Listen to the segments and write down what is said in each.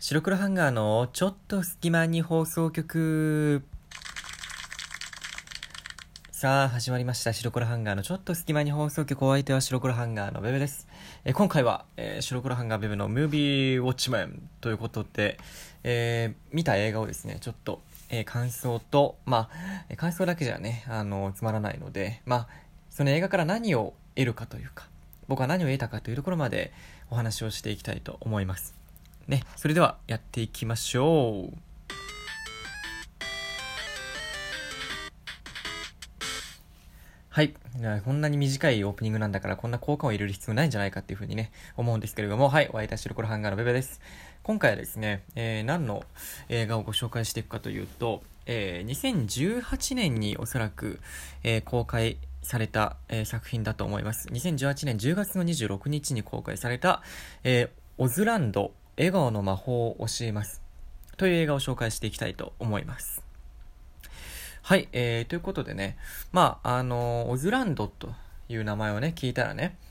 白黒ハンガーのちょっと隙間に放送局。さあ始まりました。白黒ハンガーのちょっと隙間に放送局。お相手は白黒ハンガーのベベです。今回は、白黒ハンガーベベのムービーウォッチメンということで、見た映画をですねちょっと、感想と感想だけじゃねつまらないので、その映画から何を得るかというか、僕は何を得たかというところまでお話をしていきたいと思いますね。それではやっていきましょう。はい。こんなに短いオープニングなんだからこんな効果を入れる必要ないんじゃないかっていうふうにね、思うんですけれども、はい。お会いいたし白黒ハンガーのベベです。今回はですね、何の映画をご紹介していくかというと、2018年におそらく、公開された、作品だと思います。2018年10月の26日に公開された、オズランド、笑顔の魔法を教えますという映画を紹介していきたいと思います。はい、ということでね、オズランドという名前をね、聞いたらね、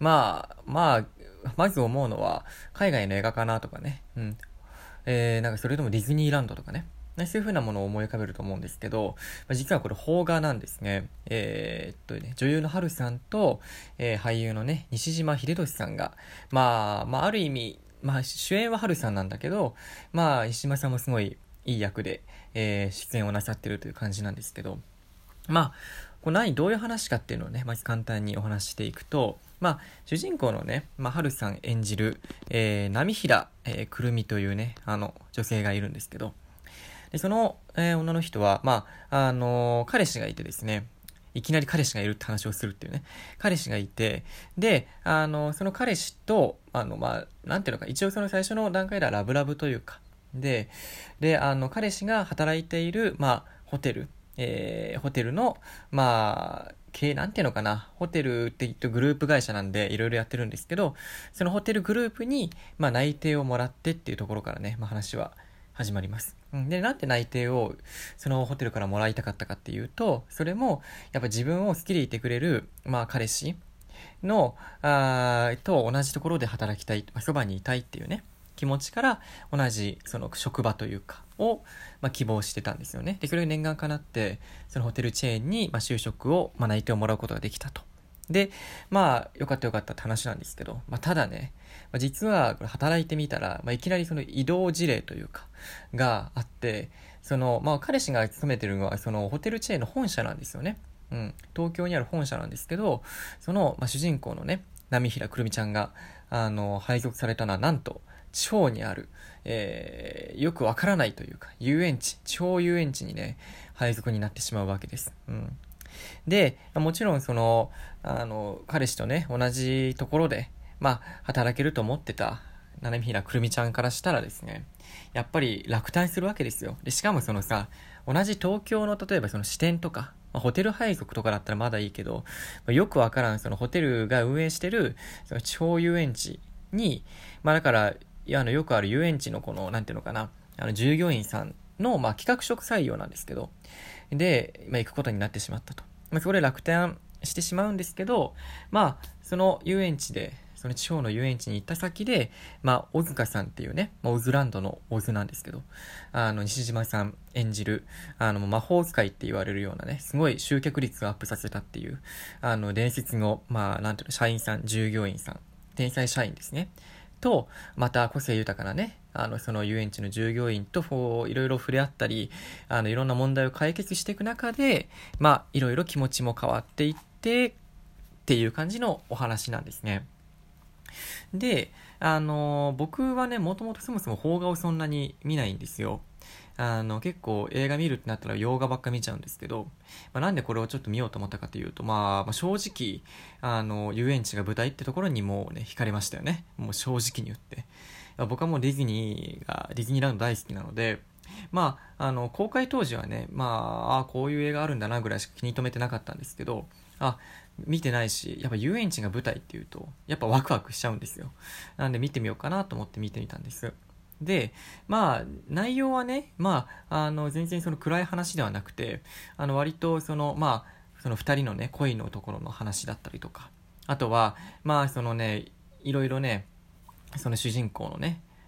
まず思うのは、海外の映画かなとかね、なんかそれともディズニーランドとかね、そういう風なものを思い浮かべると思うんですけど、実はこれ邦画なんですね。女優のハルさんと、俳優のね、西島秀俊さんが、ある意味、主演はハルさんなんだけど、西島さんもすごいいい役で、出演をなさってるという感じなんですけど、これどういう話かっていうのをね、まず簡単にお話ししていくと、主人公のね、ハルさん演じる、波平、くるみというね、女性がいるんですけど、でその、女の人は、彼氏がいてですね、いきなり彼氏がいるって話をするっていうね、彼氏がいて、で、その彼氏と、なんていうのか、一応その最初の段階ではラブラブというか、で、彼氏が働いている、ホテル、ホテルの、なんていうのかな、ホテルって言ってグループ会社なんでいろいろやってるんですけど、そのホテルグループに、内定をもらってっていうところからね、話は始まります。で、なんで内定をそのホテルからもらいたかったかっていうと、それもやっぱ自分を好きでいてくれる、彼氏のと同じところで働きたい、そばにいたいっていうね、気持ちから同じその職場というかを、希望してたんですよね。で、それが念願かなってそのホテルチェーンに、就職を、内定をもらうことができたと。で、よかったよかったって話なんですけど、ただね、実はこれ働いてみたら、いきなりその移動事例というかがあって、その彼氏が勤めてるのはそのホテルチェーンの本社なんですよね。東京にある本社なんですけど、その、主人公のね、波平くるみちゃんが配属されたのはなんと地方にある、よくわからないというか遊園地、地方遊園地にね配属になってしまうわけです。で、もちろんその彼氏とね同じところで働けると思ってた七海平くるみちゃんからしたらですね、やっぱり落胆するわけですよ。でしかもそのさ、同じ東京の例えばその支店とか、ホテル配属とかだったらまだいいけど、よくわからんそのホテルが運営してるその地方遊園地に、だからよくある遊園地のこのなんていうのかな、従業員さんの企画職採用なんですけど、で、行くことになってしまったと。そこで落胆してしまうんですけど、その遊園地で、その地方の遊園地に行った先で、小塚さんっていうね、オズランドのオズなんですけど、西島さん演じる、魔法使いって言われるようなね、すごい集客率をアップさせたっていう、伝説の、なんていうの、社員さん、従業員さん、天才社員ですね。と、また個性豊かなね、その遊園地の従業員といろいろ触れ合ったり、いろんな問題を解決していく中で、いろいろ気持ちも変わっていってっていう感じのお話なんですね。で、僕はね、もともとそもそも邦画をそんなに見ないんですよ。結構映画見るってなったら洋画ばっか見ちゃうんですけど、なんでこれをちょっと見ようと思ったかというと、正直、遊園地が舞台ってところにもうね、惹かれましたよね。もう正直に言って。僕はもうディズニーランド大好きなので、公開当時はね、こういう映画あるんだなぐらいしか気に留めてなかったんですけど、見てないし、やっぱ遊園地が舞台っていうと、やっぱワクワクしちゃうんですよ。なんで見てみようかなと思って見てみたんです。で、内容はね、全然その暗い話ではなくて、割とその、その二人のね、恋のところの話だったりとか、あとは、そのね、いろいろね、その主人公のね、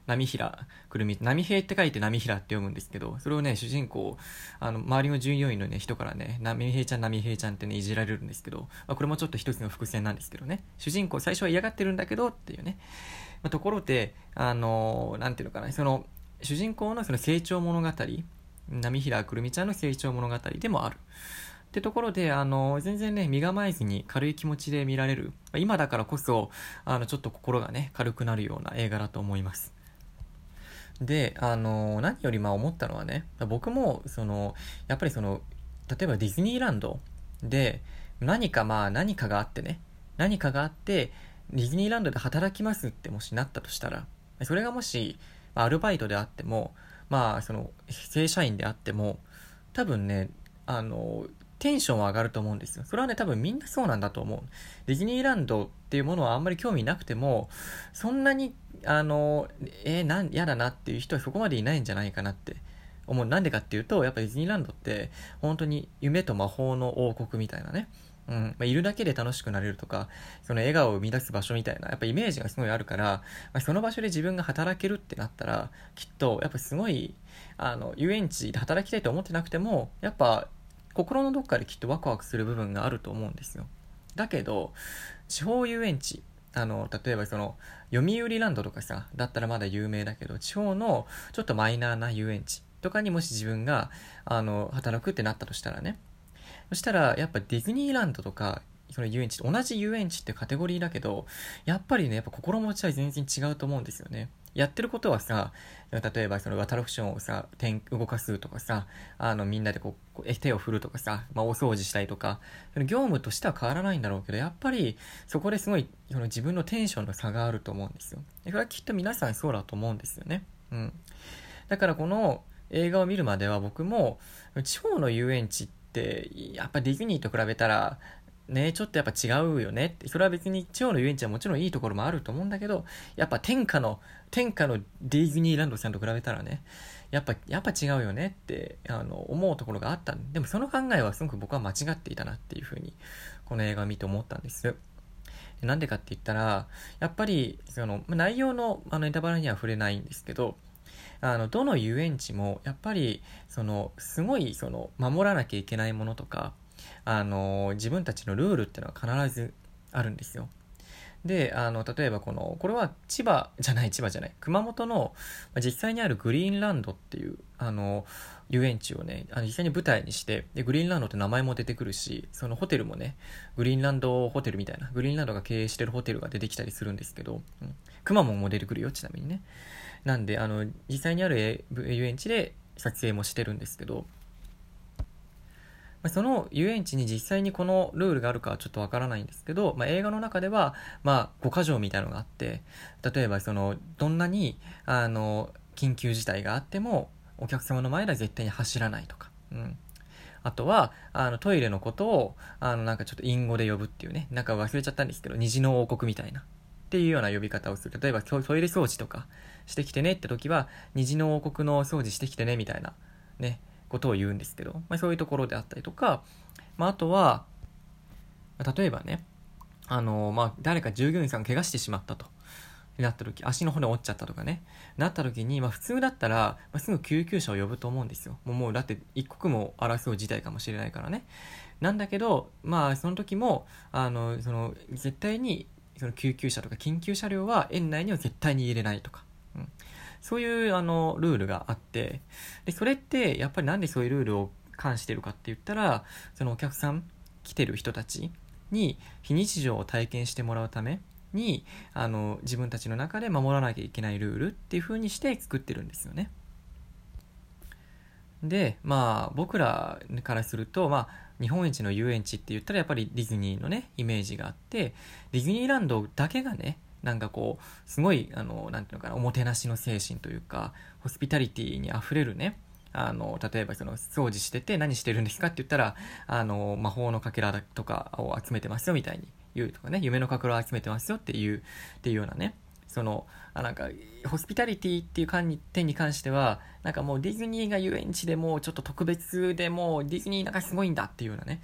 波平くるみ、波平って書いて波平って読むんですけど、それをね、主人公、周りの従業員のね、人からね、波平ちゃん波平ちゃんってね、いじられるんですけど、これもちょっと一つの伏線なんですけどね、主人公最初は嫌がってるんだけどっていうね、ところで、なんていうのかな、その、主人公のその成長物語、波平くるみちゃんの成長物語でもある。ってところで、全然ね、身構えずに軽い気持ちで見られる。今だからこそ、ちょっと心がね、軽くなるような映画だと思います。で、何より思ったのはね、僕も、やっぱり例えばディズニーランドで、何かがあってね、何かがあって、ディズニーランドで働きますってもしなったとしたら、それがもし、アルバイトであっても、正社員であっても、多分ね、テンションは上がると思うんですよ。それはね、多分みんなそうなんだと思う。ディズニーランドっていうものはあんまり興味なくても、そんなに、嫌だなっていう人はそこまでいないんじゃないかなって思う。なんでかっていうと、やっぱディズニーランドって、本当に夢と魔法の王国みたいなね。いるだけで楽しくなれるとか、その笑顔を生み出す場所みたいな、やっぱイメージがすごいあるから、その場所で自分が働けるってなったら、きっと、やっぱすごい、遊園地で働きたいと思ってなくても、やっぱ、心のどっかできっとワクワクする部分があると思うんですよ。だけど、地方遊園地、例えば読売ランドとかさ、だったらまだ有名だけど、地方のちょっとマイナーな遊園地とかにもし自分が、働くってなったとしたらね、そしたら、やっぱディズニーランドとか、その遊園地、同じ遊園地ってカテゴリーだけど、やっぱりね、やっぱ心持ちは全然違うと思うんですよね。やってることはさ、例えばアトラクションをさ、動かすとかさ、みんなで手を振るとかさ、お掃除したりとか、その業務としては変わらないんだろうけど、やっぱりそこですごい、自分のテンションの差があると思うんですよ。それはきっと皆さんそうだと思うんですよね。うん。だからこの映画を見るまでは僕も、地方の遊園地って、やっぱディズニーと比べたら、ね、ちょっとやっぱ違うよねって。それは別に地方の遊園地はもちろんいいところもあると思うんだけど、やっぱ天下のディズニーランドさんと比べたらね、やっぱ違うよねって、思うところがあったんで、でもその考えはすごく僕は間違っていたなっていうふうに、この映画を見て思ったんです。なんでかって言ったら、やっぱり、内容の、ネタバレには触れないんですけど、どの遊園地も、やっぱり、すごい、守らなきゃいけないものとか、自分たちのルールっていうのは必ずあるんですよ。で、例えばこれは千葉じゃない、熊本の、実際にあるグリーンランドっていう、遊園地をね、実際に舞台にして、で、グリーンランドって名前も出てくるし、そのホテルもね、グリーンランドホテルみたいな、グリーンランドが経営してるホテルが出てきたりするんですけど、くまモンも出てくるよ、ちなみにね。なんで、実際にある遊園地で撮影もしてるんですけど、その遊園地に実際にこのルールがあるかはちょっとわからないんですけど、映画の中では、5箇条みたいなのがあって、例えばどんなに、緊急事態があっても、お客様の前では絶対に走らないとか、あとは、トイレのことを、なんかちょっと隠語で呼ぶっていうね、なんか忘れちゃったんですけど、虹の王国みたいな。っていうような呼び方をする。例えば、トイレ掃除とかしてきてねって時は、虹の王国の掃除してきてねみたいな、ね、ことを言うんですけど、そういうところであったりとか、あとは、例えばね、誰か従業員さんが怪我してしまったと。なった時、足の骨折っちゃったとかね、なった時に、普通だったら、すぐ救急車を呼ぶと思うんですよ。もうだって一刻も争う事態かもしれないからね。なんだけど、その時も、絶対に、その救急車とか緊急車両は園内には絶対に入れないとか、そういうルールがあって、でそれってやっぱりなんでそういうルールを関してるかって言ったら、そのお客さん来てる人たちに非日常を体験してもらうために自分たちの中で守らなきゃいけないルールっていう風にして作ってるんですよね。で僕らからすると日本一の遊園地って言ったらやっぱりディズニーのねイメージがあって、ディズニーランドだけがねなんかすごいなんていうのかな、おもてなしの精神というかホスピタリティにあふれるね、例えば掃除してて何してるんですかって言ったら魔法のかけらとかを集めてますよみたいに言うとかね、夢のかけらを集めてますよっていうようなね、なんかホスピタリティっていう点に関してはもうディズニーが遊園地でもうちょっと特別でもうディズニーなんかすごいんだっていうようなね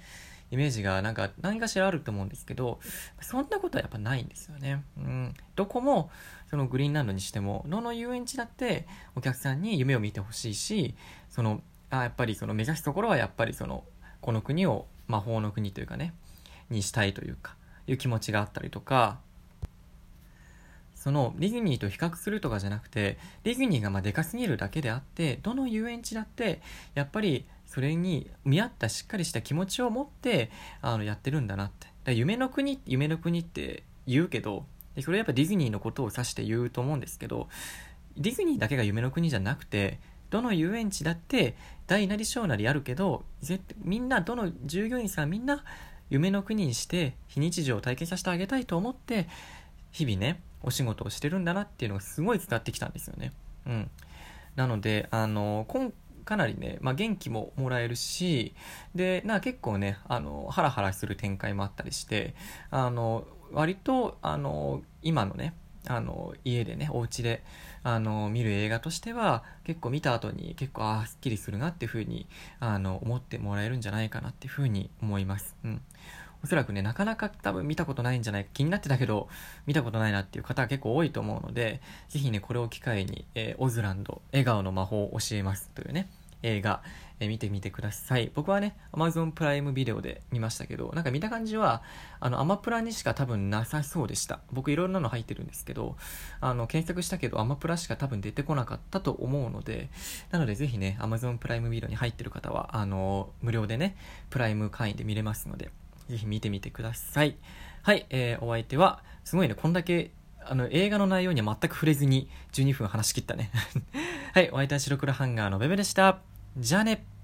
イメージがなんか何かしらあると思うんですけど、そんなことはやっぱないんですよね。どこも、そのグリーンランドにしても、どの遊園地だってお客さんに夢を見てほしいし、やっぱりその目指すところはやっぱりこの国を魔法の国というかね、にしたいというか、いう気持ちがあったりとか、そのディズニーと比較するとかじゃなくて、ディズニーがでかすぎるだけであって、どの遊園地だってやっぱりそれに見合ったしっかりした気持ちを持ってやってるんだなって。だから夢の国って言うけど、それやっぱディズニーのことを指して言うと思うんですけど、ディズニーだけが夢の国じゃなくて、どの遊園地だって大なり小なりあるけど、みんな、どの従業員さんみんな夢の国にして非日常を体験させてあげたいと思って日々ねお仕事をしてるんだなっていうのがすごい伝わってきたんですよね。なのでかなりね、元気ももらえるし、で結構ねハラハラする展開もあったりして、割と今のね家でねお家で見る映画としては結構見た後に結構すっきりするなっていう風に思ってもらえるんじゃないかなっていう風に思います。おそらくね、なかなか多分見たことないんじゃないか、気になってたけど見たことないなっていう方は結構多いと思うので、ぜひねこれを機会に、オズランド笑顔の魔法を教えますというね映画、見てみてください。僕はね Amazon プライムビデオで見ましたけど、なんか見た感じはアマプラにしか多分なさそうでした。僕いろんなの入ってるんですけど、検索したけどアマプラしか多分出てこなかったと思うので、なのでぜひね Amazon プライムビデオに入ってる方は無料でねプライム会員で見れますので、ぜひ見てみてください。はい、お相手はすごいね、こんだけ映画の内容には全く触れずに12分話し切ったねはい、お相手は白黒ハンガーのベベでした。じゃあね。